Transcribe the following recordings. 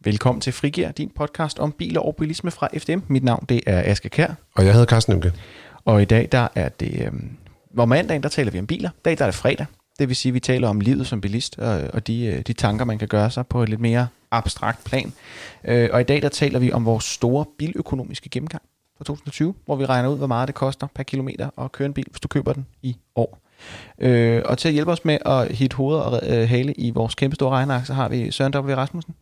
Velkommen til Frigir, din podcast om biler og bilisme fra FDM. Mit navn det er Aske Kjær. Og jeg hedder Carsten Emke. Og i dag der er det, hvor mandagen der taler vi om biler. I dag der er det fredag. Det vil sige, at vi taler om livet som bilist og de tanker, man kan gøre sig på et lidt mere abstrakt plan. Og i dag der taler vi om vores store biløkonomiske gennemgang for 2020, hvor vi regner ud, hvor meget det koster per kilometer at køre en bil, hvis du køber den i år. Og til at hjælpe os med at hitte hoved og hale i vores kæmpe store regneark, så har vi Søren W. Rasmussen.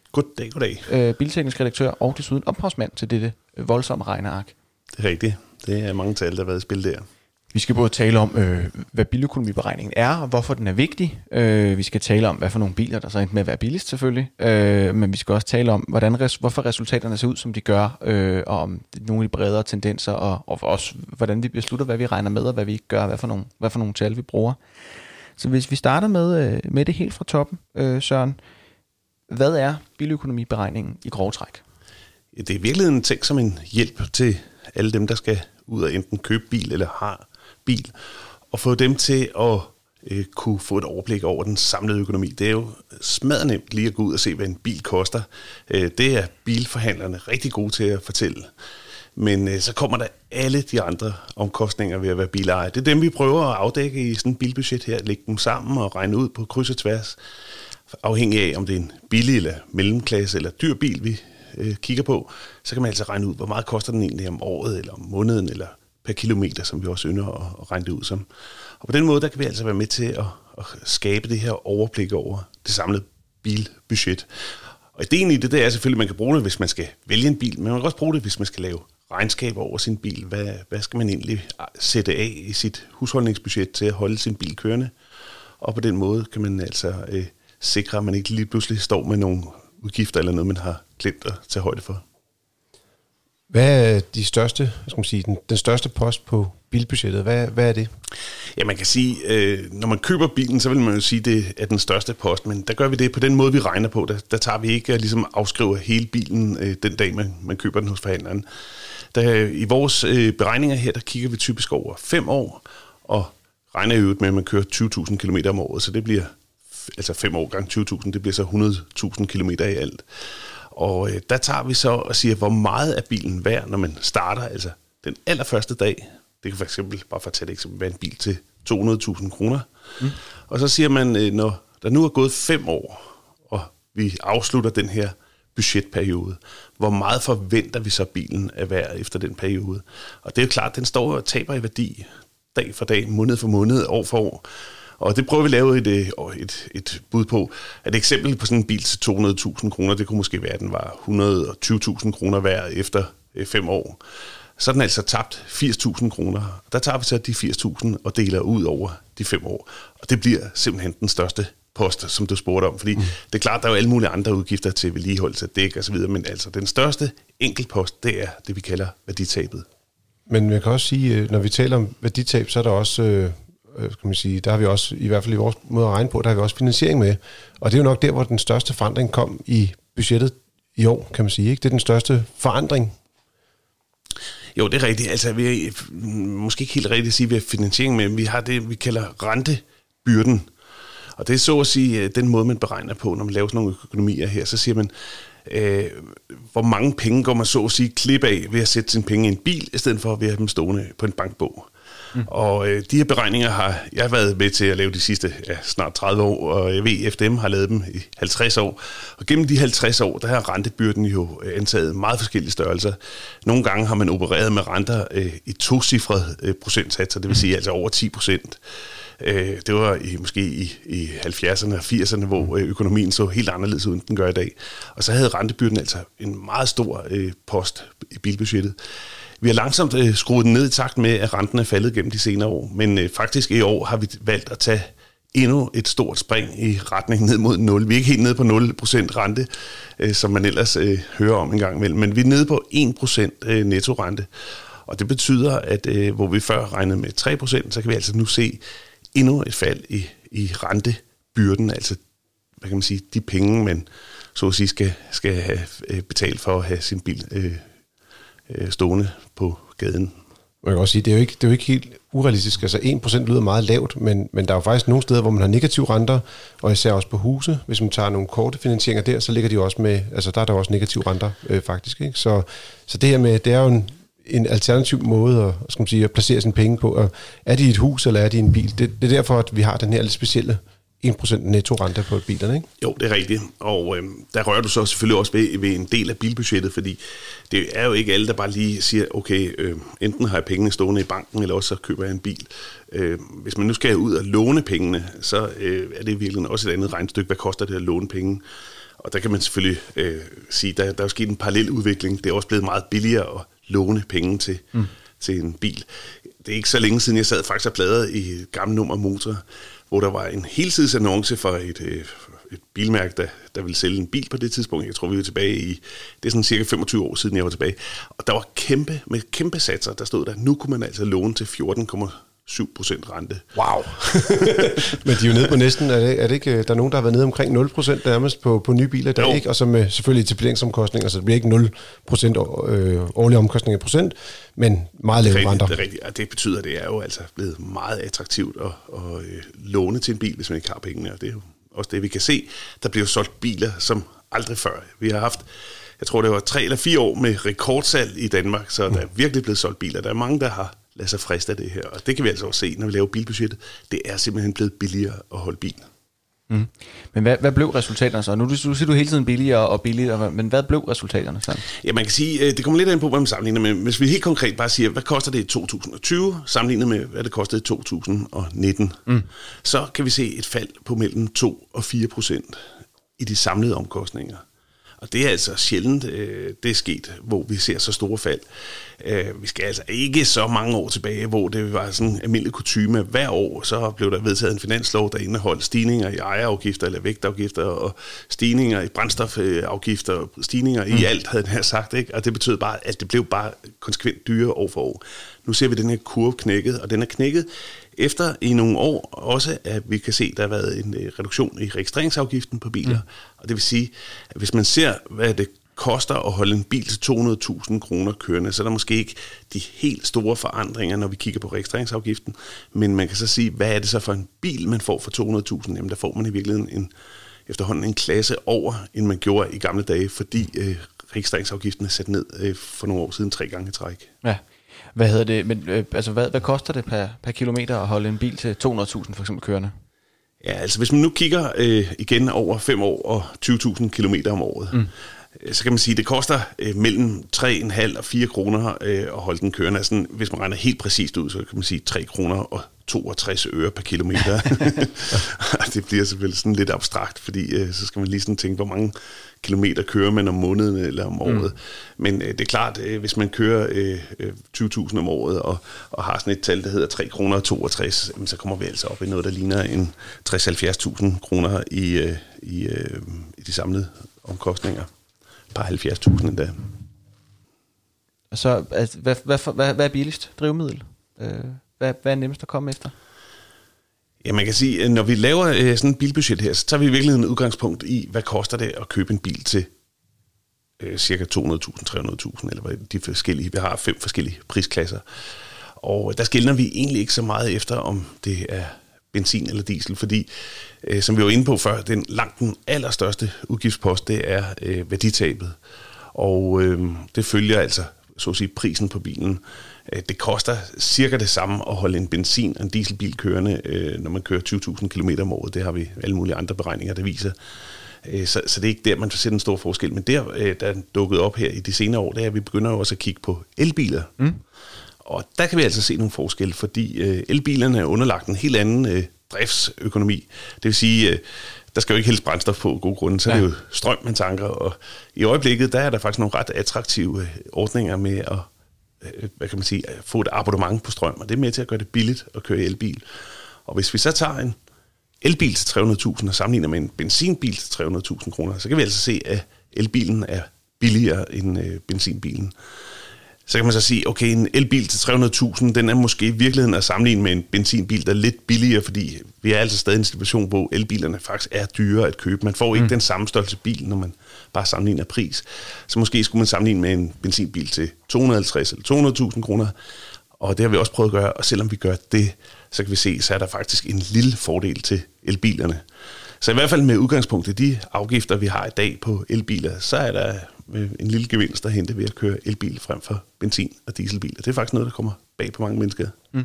Goddag. Bilteknisk redaktør og desuden ophavsmand til dette voldsomme regneark. Det er rigtigt. Det er mange tal, der har været i spil der. Vi skal både tale om, hvad biløkonomiberegningen er, og hvorfor den er vigtig. Vi skal tale om, hvad for nogle biler, der så endte med at være billigst selvfølgelig. Men vi skal også tale om, hvorfor resultaterne ser ud, som de gør, og om nogle af de bredere tendenser, og også, hvordan vi beslutter, hvad vi regner med, og hvad vi ikke gør, hvad for nogle tal vi bruger. Så hvis vi starter med det helt fra toppen, Søren. Hvad er biløkonomiberegningen i grove træk? Det er virkelig en ting som en hjælp til alle dem, der skal ud og enten købe bil eller har bil, og få dem til at kunne få et overblik over den samlede økonomi. Det er jo smaddernemt lige at gå ud og se, hvad en bil koster. Det er bilforhandlerne rigtig gode til at fortælle. Men så kommer der alle de andre omkostninger ved at være bilejer. Det er dem, vi prøver at afdække i sådan et bilbudget her, lægge dem sammen og regne ud på kryds og tværs, afhængig af, om det er en billig eller mellemklasse eller dyr bil, vi kigger på, så kan man altså regne ud, hvor meget koster den egentlig om året, eller om måneden, eller per kilometer, som vi også ynder at regne det ud som. Og på den måde, der kan vi altså være med til at skabe det her overblik over det samlede bilbudget. Og ideen i det er selvfølgelig, at man kan bruge det, hvis man skal vælge en bil, men man kan også bruge det, hvis man skal lave regnskab over sin bil. Hvad skal man egentlig sætte af i sit husholdningsbudget til at holde sin bil kørende? Og på den måde kan man altså sikre, at man ikke lige pludselig står med nogle udgifter eller noget, man har glemt at tage højde for. Hvad er den største post på bilbudgettet? Hvad er det? Ja, man kan sige, når man køber bilen, så vil man jo sige, at det er den største post, men der gør vi det på den måde, vi regner på. Der tager vi ikke ligesom afskriver hele bilen den dag, man køber den hos forhandleren. I vores beregninger her, der kigger vi typisk over 5 år, og regner i øvrigt med, at man kører 20.000 km om året, så det bliver altså 5 år gange 20.000, det bliver så 100.000 kilometer i alt. Og der tager vi så og siger, hvor meget er bilen værd, når man starter, altså den allerførste dag. Det kan for eksempel, bare for at tage et eksempel, være en bil til 200.000 kroner. Og så siger man, når der nu er gået 5 år, og vi afslutter den her budgetperiode, hvor meget forventer vi så bilen er værd efter den periode? Og det er jo klart, den står og taber i værdi dag for dag, måned for måned, år for år. Og det prøver vi at lave et bud på. Et eksempel på sådan en bil til 200.000 kroner, det kunne måske være, at den var 120.000 kroner værd efter 5 år. Så er den altså tabt 80.000 kroner. Der tager vi så de 80.000 og deler ud over de 5 år. Og det bliver simpelthen den største post, som du spurgte om. Fordi det er klart, der er jo alle mulige andre udgifter til vedligeholdelse af dæk og så videre, men altså den største enkeltpost, det er det, vi kalder værditabet. Men man kan også sige, når vi taler om værditab, så er der også skal man sige, der har vi også, i hvert fald i vores måde at regne på, der har vi også finansiering med. Og det er jo nok der, hvor den største forandring kom i budgettet i år, kan man sige. Ikke? Det er den største forandring. Jo, det er rigtigt. Altså, vi er måske ikke helt rigtigt at sige, at vi har finansiering med, men vi har det, vi kalder rentebyrden. Og det er så at sige den måde, man beregner på, når man laver sådan nogle økonomier her. Så siger man, hvor mange penge går man så at sige klip af ved at sætte sine penge i en bil, i stedet for ved at have dem stående på en bankbog. Og de her beregninger har jeg været med til at lave de sidste snart 30 år, og jeg ved, at FDM har lavet dem i 50 år. Og gennem de 50 år, der har rentebyrden jo antaget meget forskellige størrelser. Nogle gange har man opereret med renter i tocifrede procentsatser, det vil sige altså over 10%. Det var måske i 70'erne og 80'erne, hvor økonomien så helt anderledes ud, end den gør i dag. Og så havde rentebyrden altså en meget stor post i bilbudgettet. Vi har langsomt skruet den ned i takt med, at renten er faldet gennem de senere år. Men faktisk i år har vi valgt at tage endnu et stort spring i retning ned mod 0. Vi er ikke helt nede på 0% rente, som man ellers hører om en gang imellem. Men vi er nede på 1% nettorente. Og det betyder, at hvor vi før regnede med 3%, så kan vi altså nu se endnu et fald i rentebyrden. Altså, hvad kan man sige, de penge, man så at sige skal have betalt for at have sin bil stående på gaden. Man kan også sige, det er jo ikke helt urealistisk. Altså 1% lyder meget lavt, men der er jo faktisk nogle steder, hvor man har negative renter, og især også på huse. Hvis man tager nogle korte finansieringer der, så ligger de også med, altså der er der også negative renter faktisk. Ikke? Så det her med, det er jo en alternativ måde at placere sine penge på. Og er de i et hus, eller er de i en bil? Det er derfor, at vi har den her lidt specielle 1% netto-rente på bilerne, ikke? Jo, det er rigtigt. Og der rører du så selvfølgelig også ved en del af bilbudgettet, fordi det er jo ikke alle, der bare lige siger, okay, enten har jeg pengene stående i banken, eller også så køber jeg en bil. Hvis man nu skal ud og låne pengene, så er det i virkeligheden også et andet regnestykke. Hvad koster det at låne penge? Og der kan man selvfølgelig sige, der er jo sket en parallel udvikling. Det er også blevet meget billigere at låne penge til en bil. Det er ikke så længe siden, jeg sad faktisk og bladrede i et gammelt nummer Motor, hvor der var en helsidesannonce for et bilmærke, der ville sælge en bil på det tidspunkt. Jeg tror, vi var tilbage i, det er sådan cirka 25 år siden, jeg var tilbage. Og der var kæmpe satser, der stod der, nu kunne man altså låne til 14,7% rente. Wow! Men de er jo nede på næsten, er det ikke, der er nogen, der har været nede omkring 0% nærmest på nye biler der, ikke? Og så med selvfølgelig etableringsomkostninger, så det bliver ikke 0% årlige omkostninger i procent, men meget lave renter. Det er rigtigt, og det betyder, at det er jo altså blevet meget attraktivt at låne til en bil, hvis man ikke har pengene, og det er jo også det, vi kan se. Der bliver solgt biler som aldrig før. Vi har haft, jeg tror det var 3 eller 4 år med rekordsalg i Danmark, så der er virkelig blevet solgt biler. Der er mange, der har ladet sig friste af det her, og det kan vi altså også se, når vi laver bilbudgettet. Det er simpelthen blevet billigere at holde bil. Mm. Men hvad blev resultaterne så? Nu siger du hele tiden billigere og billigere, men hvad blev resultaterne så? Ja, man kan sige, det kommer lidt ind på, hvad man sammenligner med. Hvis vi helt konkret bare siger, hvad koster det i 2020, sammenlignet med, hvad det kostede i 2019, så kan vi se et fald på mellem 2 og 4% i de samlede omkostninger. Og det er altså sjældent, det er sket, hvor vi ser så store fald. Vi skal altså ikke så mange år tilbage, hvor det var sådan en almindelig kutyme. Hver år så blev der vedtaget en finanslov, der indeholdt stigninger i ejerafgifter eller vægtafgifter, og stigninger i brændstofafgifter, og stigninger i alt, havde den her sagt. Ikke? Og det betød bare, at det blev bare konsekvent dyrere år for år. Nu ser vi den her kurve knækket, og den er knækket efter i nogle år også, at vi kan se, at der har været en reduktion i registreringsafgiften på biler. Og det vil sige, at hvis man ser, hvad det koster at holde en bil til 200.000 kroner kørende, så er der måske ikke de helt store forandringer, når vi kigger på registreringsafgiften. Men man kan så sige, hvad er det så for en bil, man får for 200.000? Jamen der får man i virkeligheden efterhånden en klasse over, end man gjorde i gamle dage, fordi registreringsafgiften er sat ned for nogle år siden 3 gange i træk. Ja. Hvad hedder det? Men hvad koster det per kilometer at holde en bil til 200.000 for eksempel kørende? Ja, altså hvis man nu kigger igen over 5 år og 20.000 kilometer om året, så kan man sige, at det koster mellem 3,5 og 4 kroner at holde den kørende. Altså, hvis man regner helt præcist ud, så kan man sige 3 kroner og 62 øre per kilometer. Det bliver selvfølgelig sådan lidt abstrakt, fordi så skal man lige sådan tænke, hvor mange kilometer kører man om måneden eller om året. Men det er klart, hvis man kører 20.000 om året og har sådan et tal, der hedder 3 kroner og 62, så kommer vi altså op i noget, der ligner en 60-70.000 kroner i de samlede omkostninger. Par 70.000 endda. Så altså, hvad er billigst drivmiddel? Hvad er nemmest at komme efter? Ja, man kan sige, at når vi laver sådan en bilbudget her, så tager vi i virkeligheden et udgangspunkt i, hvad koster det at købe en bil til cirka 200.000, 300.000, eller hvad de forskellige. Vi har 5 forskellige prisklasser. Og der skelner vi egentlig ikke så meget efter, om det er benzin eller diesel, fordi, som vi var inde på før, den allerstørste udgiftspost, det er værditabet. Og det følger altså, så at sige, prisen på bilen. Det koster cirka det samme at holde en benzin- og en dieselbil kørende, når man kører 20.000 km om året. Det har vi alle mulige andre beregninger, der viser. Så det er ikke der, man ser den store forskel. Men der er dukket op her i de senere år, det er, at vi begynder også at kigge på elbiler. Og der kan vi altså se nogle forskelle, fordi elbilerne er underlagt en helt anden driftsøkonomi. Det vil sige, der skal jo ikke hældes brændstof på gode grunde, så det er jo strøm, man tanker. Og i øjeblikket, der er der faktisk nogle ret attraktive ordninger med at få et abonnement på strøm, og det er med til at gøre det billigt at køre elbil. Og hvis vi så tager en elbil til 300.000 og sammenligner med en benzinbil til 300.000 kroner, så kan vi altså se, at elbilen er billigere end benzinbilen. Så kan man så sige, okay, en elbil til 300.000, den er måske i virkeligheden at sammenligne med en benzinbil, der er lidt billigere, fordi vi er altså stadig i en situation, hvor elbilerne faktisk er dyrere at købe. Man får ikke den samme størrelse bil, når man bare sammenligner pris. Så måske skulle man sammenligne med en benzinbil til 250 eller 200.000 kroner. Og det har vi også prøvet at gøre, og selvom vi gør det, så kan vi se, så er der faktisk en lille fordel til elbilerne. Så i hvert fald med udgangspunkt i de afgifter, vi har i dag på elbiler, så er der en lille gevinst at hente ved at køre elbil frem for benzin- og dieselbiler. Det er faktisk noget, der kommer bag på mange mennesker. Mm.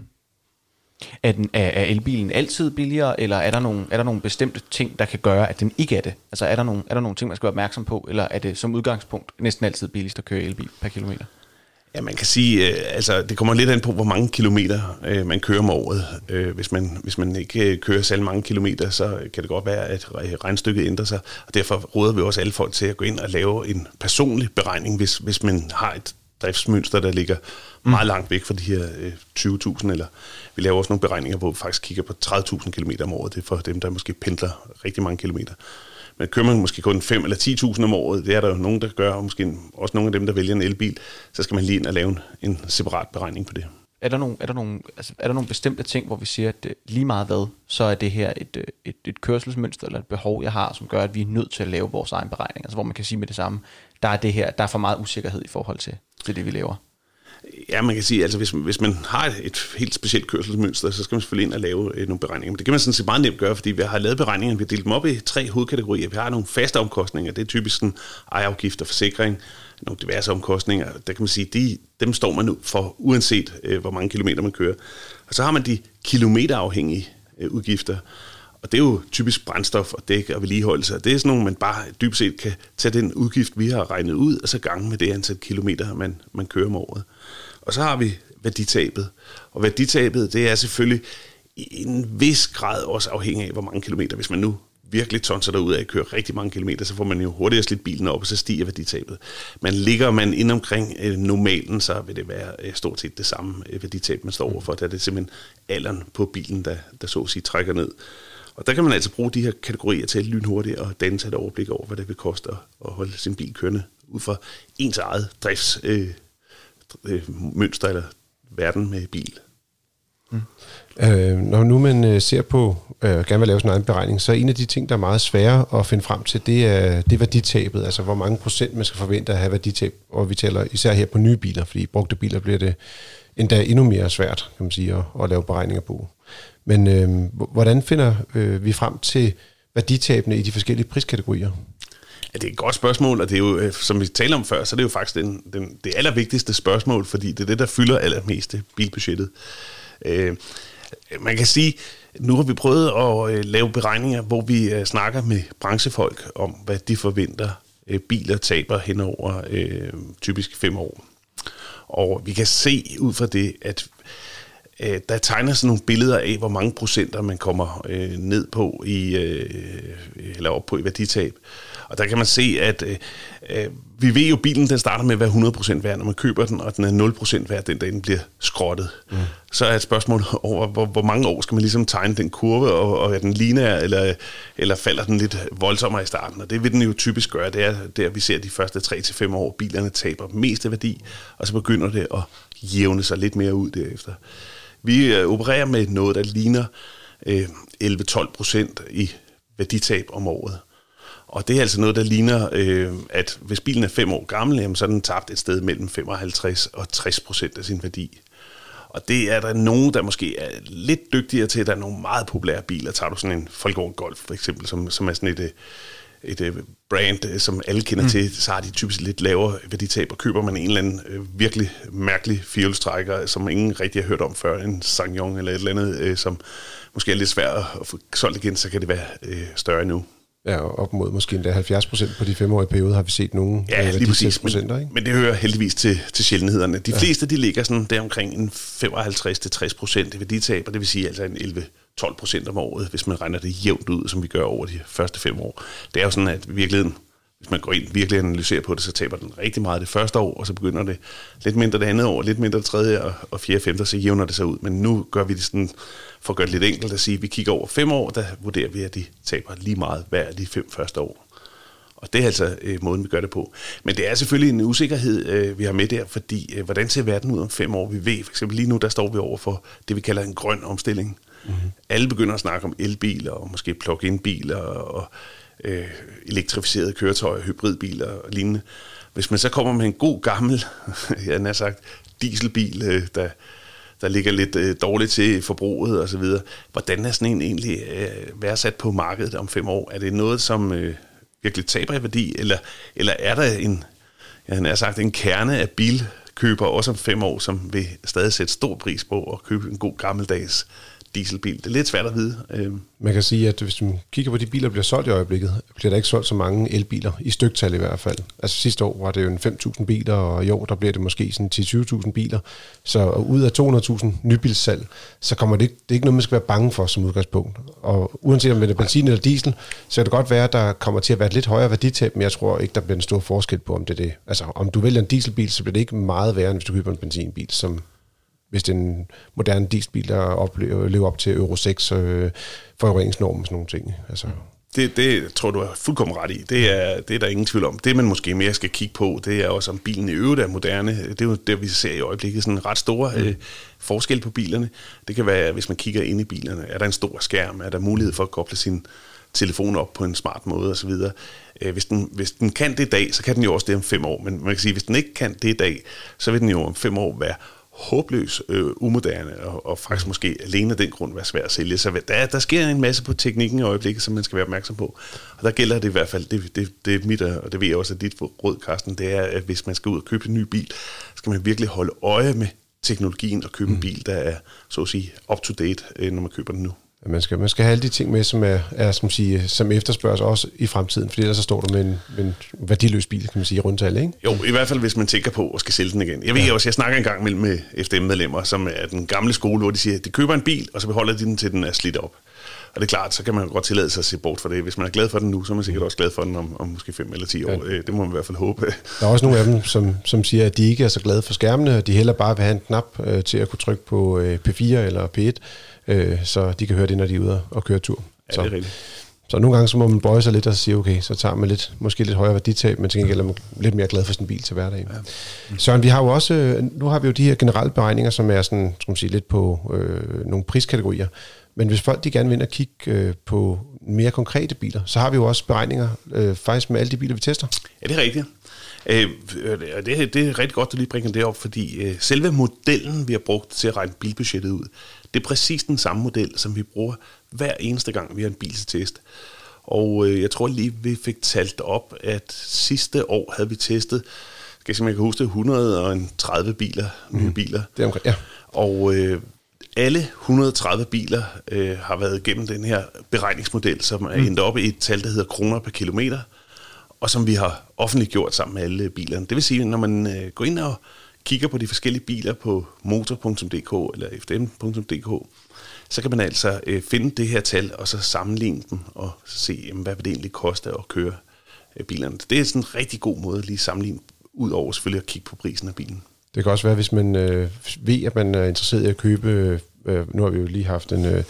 Er elbilen altid billigere, eller er der nogle bestemte ting, der kan gøre, at den ikke er det? Altså er der nogle ting, man skal være opmærksom på, eller er det som udgangspunkt næsten altid billigst at køre elbil per kilometer? Ja, man kan sige, altså det kommer lidt an på, hvor mange kilometer man kører om året. Hvis man ikke kører særlig mange kilometer, så kan det godt være, at regnestykket ændrer sig. Og derfor råder vi også alle folk til at gå ind og lave en personlig beregning, hvis man har et driftsmønster, der ligger meget langt væk fra de her 20.000, eller vi laver også nogle beregninger, hvor vi faktisk kigger på 30.000 kilometer om året. Det er for dem, der måske pendler rigtig mange kilometer. Men kører man måske kun 5 eller 10.000 om året, det er der jo nogen, der gør, og måske også nogle af dem, der vælger en elbil, så skal man lige ind og lave en separat beregning på det. Er der nogle bestemte ting, hvor vi siger, at lige meget hvad, så er det her et kørselsmønster eller et behov, jeg har, som gør, at vi er nødt til at lave vores egen beregning? Altså hvor man kan sige med det samme, der er for meget usikkerhed i forhold til det, vi laver. Ja, man kan sige, altså hvis man har et helt specielt kørselsmønster, så skal man selvfølgelig ind og lave nogle beregninger. Men det kan man sådan set meget nemt gøre, fordi vi har lavet beregninger, vi har delt dem op i 3 hovedkategorier. Vi har nogle faste omkostninger, det er typisk sådan ejerafgifter, forsikring, nogle diverse omkostninger. Der kan man sige, dem står man for, uanset hvor mange kilometer man kører. Og så har man de kilometerafhængige udgifter, og det er jo typisk brændstof og dæk og vedligeholdelse. Det er sådan nogle, man bare dybest set kan tage den udgift, vi har regnet ud, og så gange med det antal kilometer, man kører om året. Og så har vi værditabet. Og værditabet, det er selvfølgelig i en vis grad også afhængig af, hvor mange kilometer. Hvis man nu virkelig tonser derud af at køre rigtig mange kilometer, så får man jo hurtigere slidt bilen op, og så stiger værditabet. Men ligger man ind omkring normalen, så vil det være stort set det samme værditab, man står overfor. Der er det simpelthen alderen på bilen, der så at sige trækker ned. Og der kan man altså bruge de her kategorier til lynhurtigt og danne sig et overblik over, hvad det vil koste at holde sin bil kørende ud fra ens eget driftsmønster eller verden med bil. Når nu man ser på gerne vil lave sådan en egen beregning, så en af de ting, der er meget svære at finde frem til, det er værditabet, altså hvor mange procent man skal forvente at have værditab, og vi taler især her på nye biler, fordi i brugte biler bliver det endda endnu mere svært, kan man sige, at lave beregninger på. Men hvordan finder vi frem til værditabene i de forskellige priskategorier? Ja, det er et godt spørgsmål, og det er jo, som vi talte om før, så er det jo faktisk det allervigtigste spørgsmål, fordi det er det, der fylder allermest bilbudgettet. Man kan sige, nu har vi prøvet at lave beregninger, hvor vi snakker med branchefolk om, hvad de forventer biler taber hen over typisk 5 år. Og vi kan se ud fra det, at der tegner sådan nogle billeder af, hvor mange procenter man kommer ned på eller op på i værditab. Og der kan man se, at vi ved jo, at bilen den starter med at være 100% værd, når man køber den, og den er 0% værd, den dag den bliver skrottet. Mm. Så er et spørgsmål over, hvor mange år skal man ligesom tegne den kurve, og er den lineær, eller falder den lidt voldsommere i starten. Og det vil den jo typisk gøre. Det er der, vi ser de første 3-5 år, bilerne taber mest af værdi, og så begynder det at jævne sig lidt mere ud derefter. Vi opererer med noget, der ligner 11-12% i værditab om året. Og det er altså noget, der ligner, at hvis bilen er 5 år gammel, jamen, så er den tabt et sted mellem 55 og 60% af sin værdi. Og det er der nogen, der måske er lidt dygtigere til. Der er nogle meget populære biler. Tager du sådan en Volkswagen Golf for eksempel, som er sådan et brand, som alle kender til, så har de typisk lidt lavere værditab, og køber man en eller anden virkelig mærkelig firehjulstrækker, som ingen rigtig har hørt om før, en Ssangyong eller et eller andet, som måske er lidt svært at få solgt igen, så kan det være større nu. Ja, op mod måske endda 70% på de 5-årige periode har vi set nogle lige præcis, procenter, ikke? Men det hører heldigvis til sjældenhederne. De fleste, de ligger sådan der omkring en 55-60% i værditab, og det vil sige altså en 11-12% om året, hvis man regner det jævnt ud, som vi gør over de første 5 år. Det er jo sådan, at virkeligheden, hvis man går ind og virkelig analyserer på det, så taber den rigtig meget det første år, og så begynder det lidt mindre det andet år, lidt mindre det tredje og fjerde, femte, så jævner det sig ud. Men nu gør vi det sådan, for at gøre det lidt enkelt at sige, at vi kigger over 5 år, der vurderer vi, at de taber lige meget hver af de 5 første år. Og det er altså måden, vi gør det på. Men det er selvfølgelig en usikkerhed, vi har med der, fordi hvordan ser verden ud om 5 år? Vi ved for eksempel lige nu, der står vi over for det, vi kalder en grøn omstilling. Mm-hmm. Alle begynder at snakke om elbiler, og måske plug-in-biler, og elektrificerede køretøjer, hybridbiler og lignende. Hvis man så kommer med en god gammel, jeg har sagt, dieselbil, der ligger lidt dårligt til forbruget og så videre. Hvordan er sådan en egentlig værdsat på markedet om 5 år? Er det noget, som virkelig taber i værdi, eller er der en kerne af bilkøbere også om 5 år, som vil stadig sætte stor pris på at købe en god gammeldags dieselbil? Det er lidt svært at vide. Man kan sige, at hvis man kigger på de biler, der bliver solgt i øjeblikket, bliver der ikke solgt så mange elbiler, i styktal i hvert fald. Altså sidste år var det jo en 5.000 biler, og i år der bliver det måske sådan 10-20.000 biler. Så ud af 200.000 nybilssalg, så kommer det er ikke noget, man skal være bange for som udgangspunkt. Og uanset om det er benzin eller diesel, så kan det godt være, at der kommer til at være et lidt højere værditab, men jeg tror ikke, der bliver en stor forskel på, om det er det. Altså om du vælger en dieselbil, så bliver det ikke meget værre, end hvis du køber en benzinbil, som hvis det er en moderne dieselbil, der lever op til Euro 6 forureningsnormen og sådan nogle ting. Altså. Det tror du er fuldkommen ret i. Det er der ingen tvivl om. Det, man måske mere skal kigge på, det er også, om bilen i øvrigt er moderne. Det er jo det, vi ser i øjeblikket. Sådan en ret store forskel på bilerne. Det kan være, hvis man kigger ind i bilerne. Er der en stor skærm? Er der mulighed for at koble sin telefon op på en smart måde osv.? Hvis den kan det i dag, så kan den jo også det om 5 år. Men man kan sige, hvis den ikke kan det i dag, så vil den jo om 5 år være håbløs, umoderne, og faktisk måske alene af den grund være svært at sælge. Så der sker en masse på teknikken i øjeblikket, som man skal være opmærksom på. Og der gælder det i hvert fald, det er mit, og det ved jeg også, at dit råd, Carsten, det er, at hvis man skal ud og købe en ny bil, skal man virkelig holde øje med teknologien og købe en bil, der er, så at sige, up-to-date, når man køber den nu. Man skal have alle de ting med, som efterspørges også i fremtiden, for ellers så står du med en værdiløs bil, kan man sige, rundtal, ikke? Jo, i hvert fald hvis man tænker på at skal sælge den igen. Jeg ved også, jeg snakker engang med FDM-medlemmer, som er den gamle skole, hvor de siger, at de køber en bil, og så beholder de den til den er slidt op. Og det er klart, så kan man godt tillade sig at se bort fra det. Hvis man er glad for den nu, så er man sikkert også glad for den om måske 5 eller 10 år. Ja. Det må man i hvert fald håbe. Der er også nogle af dem, som siger, at de ikke er så glade for skærmene, og de heller bare vil have en knap til at kunne trykke på P4 eller P1, så de kan høre det, når de er ude og køre tur. Ja, det er rigtigt. Så nogle gange så må man bøje sig lidt og sige, okay, så tager man måske lidt højere værditab, men til gengæld er man lidt mere glad for sin bil til hverdagen. Ja. Søren, vi har jo også, nu har vi jo de her generelle beregninger, som er sådan, skal man sige, lidt på nogle priskategorier. Men hvis folk de gerne vil ind og kigge på mere konkrete biler, så har vi jo også beregninger faktisk med alle de biler, vi tester. Ja, det er rigtigt. Det er rigtig godt, du lige bringer det op, fordi selve modellen, vi har brugt til at regne bilbudgettet ud, det er præcis den samme model, som vi bruger hver eneste gang, vi har en bil til test. Og jeg tror lige, vi fik talt op, at sidste år havde vi testet, skal jeg simpelthen huske det, 130 biler, nye biler. Det er omkring, ja. Og alle 130 biler har været igennem den her beregningsmodel, som er endt op i et tal, der hedder kroner per kilometer, og som vi har offentliggjort sammen med alle bilerne. Det vil sige, når man går ind og kigger på de forskellige biler på motor.dk eller fdm.dk, så kan man altså finde det her tal, og så sammenligne dem, og se, hvad vil det egentlig koste at køre bilerne. Det er sådan en rigtig god måde at lige sammenligne, ud over selvfølgelig at kigge på prisen af bilen. Det kan også være, hvis man ved, at man er interesseret i at købe, nu har vi jo lige haft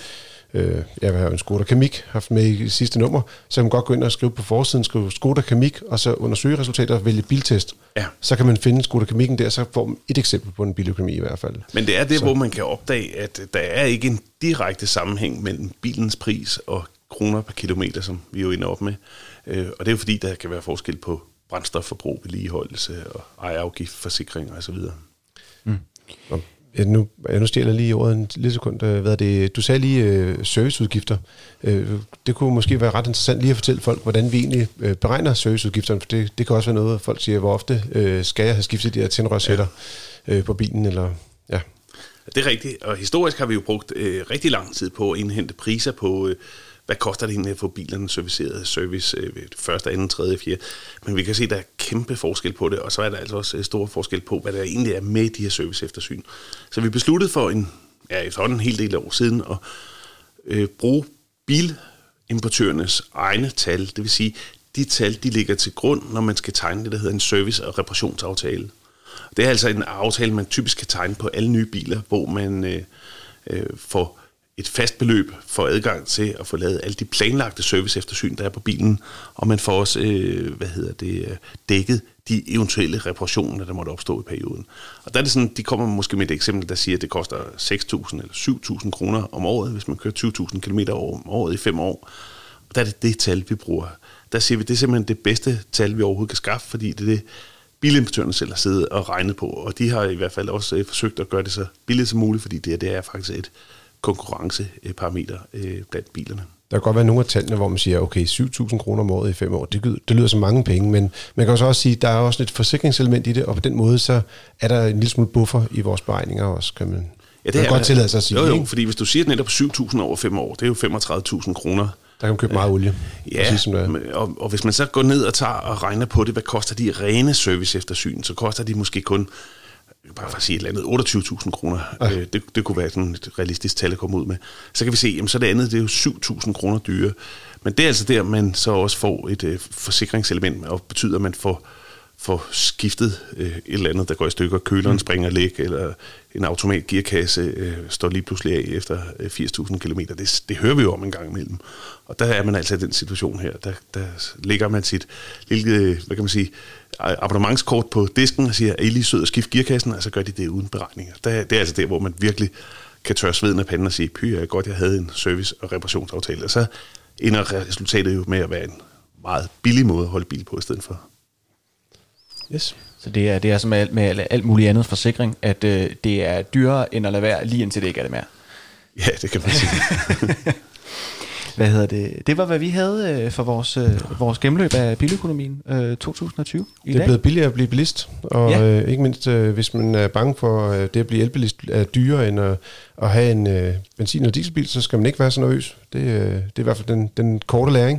jeg har en Skoda Kamiq haft med i sidste nummer, så kan man godt gå ind og skrive på forsiden, skrive Skoda Kamiq, og så under søgeresultater vælge biltest. Ja. Så kan man finde Skoda Kamiq'en der, så får man et eksempel på en biløkonomi i hvert fald. Men det er det, hvor man kan opdage, at der er ikke en direkte sammenhæng mellem bilens pris og kroner per kilometer, som vi jo ender op med. Og det er jo fordi, der kan være forskel på brændstofforbrug, vedligeholdelse og ejerafgift, forsikringer osv. Nu stjæler jeg lige ordet en lille sekund. Du sagde lige serviceudgifter. Det kunne måske være ret interessant lige at fortælle folk, hvordan vi egentlig beregner serviceudgifterne, for det kan også være noget, folk siger, hvor ofte skal jeg have skiftet de her tændrørssætter på bilen, eller ja. Det er rigtigt, og historisk har vi jo brugt rigtig lang tid på at indhente priser på, hvad koster det egentlig at få bilerne serviceret, service første, anden, tredje, fjerde. Men vi kan se, at der er kæmpe forskel på det, og så er der altså også stor forskel på, hvad der egentlig er med de her serviceeftersyn. Så vi besluttede for en hel del år siden at bruge bilimportørernes egne tal. Det vil sige, de tal, de ligger til grund, når man skal tegne det, der hedder en service- og reparationsaftale. Det er altså en aftale, man typisk kan tegne på alle nye biler, hvor man får et fast beløb for adgang til at få lavet alle de planlagte serviceeftersyn, der er på bilen, og man får også dækket de eventuelle reparationer, der måtte opstå i perioden. Og der er det sådan, de kommer måske med et eksempel, der siger, at det koster 6.000 eller 7.000 kroner om året, hvis man kører 20.000 km om året i 5 år. Og der er det tal, vi bruger. Der siger vi, det er simpelthen det bedste tal, vi overhovedet kan skaffe, fordi det er det bilimportørerne selv har siddet og regnet på, og de har i hvert fald også forsøgt at gøre det så billigt som muligt, fordi det er faktisk et konkurrenceparameter blandt bilerne. Der kan godt være nogle af tallene, hvor man siger, okay, 7.000 kroner om året i 5 år, det lyder som mange penge, men man kan også sige, at der er også et forsikringselement i det, og på den måde, så er der en lille smule buffer i vores beregninger også, kan man, godt tillade sig at sige. Jo, fordi hvis du siger, at netop 7.000 over 5 år, det er jo 35.000 kroner. Der kan man købe meget olie. Ja, præcis, som det er. Og hvis man så går ned og tager og regner på det, hvad koster de rene service eftersyn, så koster de måske kun, bare for at sige et eller andet, 28.000 kroner. Ja. Det kunne være sådan et realistisk tal at komme ud med. Så kan vi se, jamen så det andet, det er jo 7.000 kroner dyre. Men det er altså der, man så også får et forsikringselement, og betyder, at man får skiftet et eller andet, der går i stykker, køleren springer læk, eller en automat gearkasse står lige pludselig af efter 80.000 kilometer. Det hører vi jo om en gang imellem. Og der er man altså i den situation her. Der lægger man sit lille, hvad kan man sige, abonnementskort på disken og siger, er I lige sød at skifte gearkassen? Og så gør de det uden beregninger. Det er altså der, hvor man virkelig kan tørre sveden af panden og sige, godt, jeg havde en service- og reparationsaftale. Og så ender resultatet jo med at være en meget billig måde at holde bil på i stedet for. Yes. Så det er som med alt muligt andet forsikring, at det er dyrere end at lade være, lige indtil det ikke er det mere. Ja, det kan man sige. Hvad hedder det? Det var, hvad vi havde for vores gennemløb af biløkonomien 2020 i dag. Det er blevet billigere at blive bilist, og ikke mindst, hvis man er bange for det at blive elbilist er dyrere end at have en benzin- eller dieselbil, så skal man ikke være så nervøs. Det er i hvert fald den korte læring.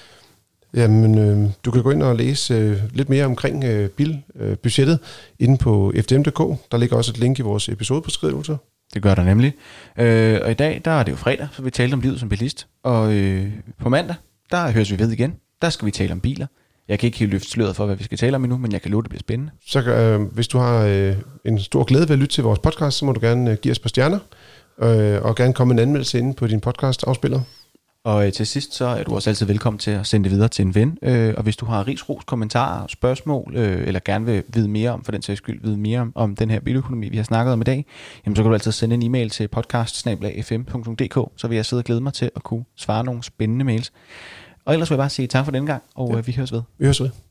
Jamen, du kan gå ind og læse lidt mere omkring bilbudgettet inde på ftm.dk. Der ligger også et link i vores episodebeskrivelser. Det gør der nemlig. Og i dag, der er det jo fredag, så vi talte om livet som bilist. Og på mandag, der høres vi ved igen. Der skal vi tale om biler. Jeg kan ikke helt løfte sløret for, hvad vi skal tale om endnu, men jeg kan love, det bliver spændende. Så hvis du har en stor glæde ved at lytte til vores podcast, så må du gerne give os et par stjerner, og gerne komme en anmeldelse inde på din podcast-afspiller. Og til sidst, så er du også altid velkommen til at sende det videre til en ven. Og hvis du har ris, kommentarer, spørgsmål, eller gerne vil vide mere om, for den sags skyld, vide mere om den her biløkonomi, vi har snakket om i dag, jamen så kan du altid sende en e-mail til podcast@fm.dk, så vil jeg sidde og glæde mig til at kunne svare nogle spændende mails. Og ellers vil jeg bare sige tak for denne gang, og vi høres ved. Vi høres ved.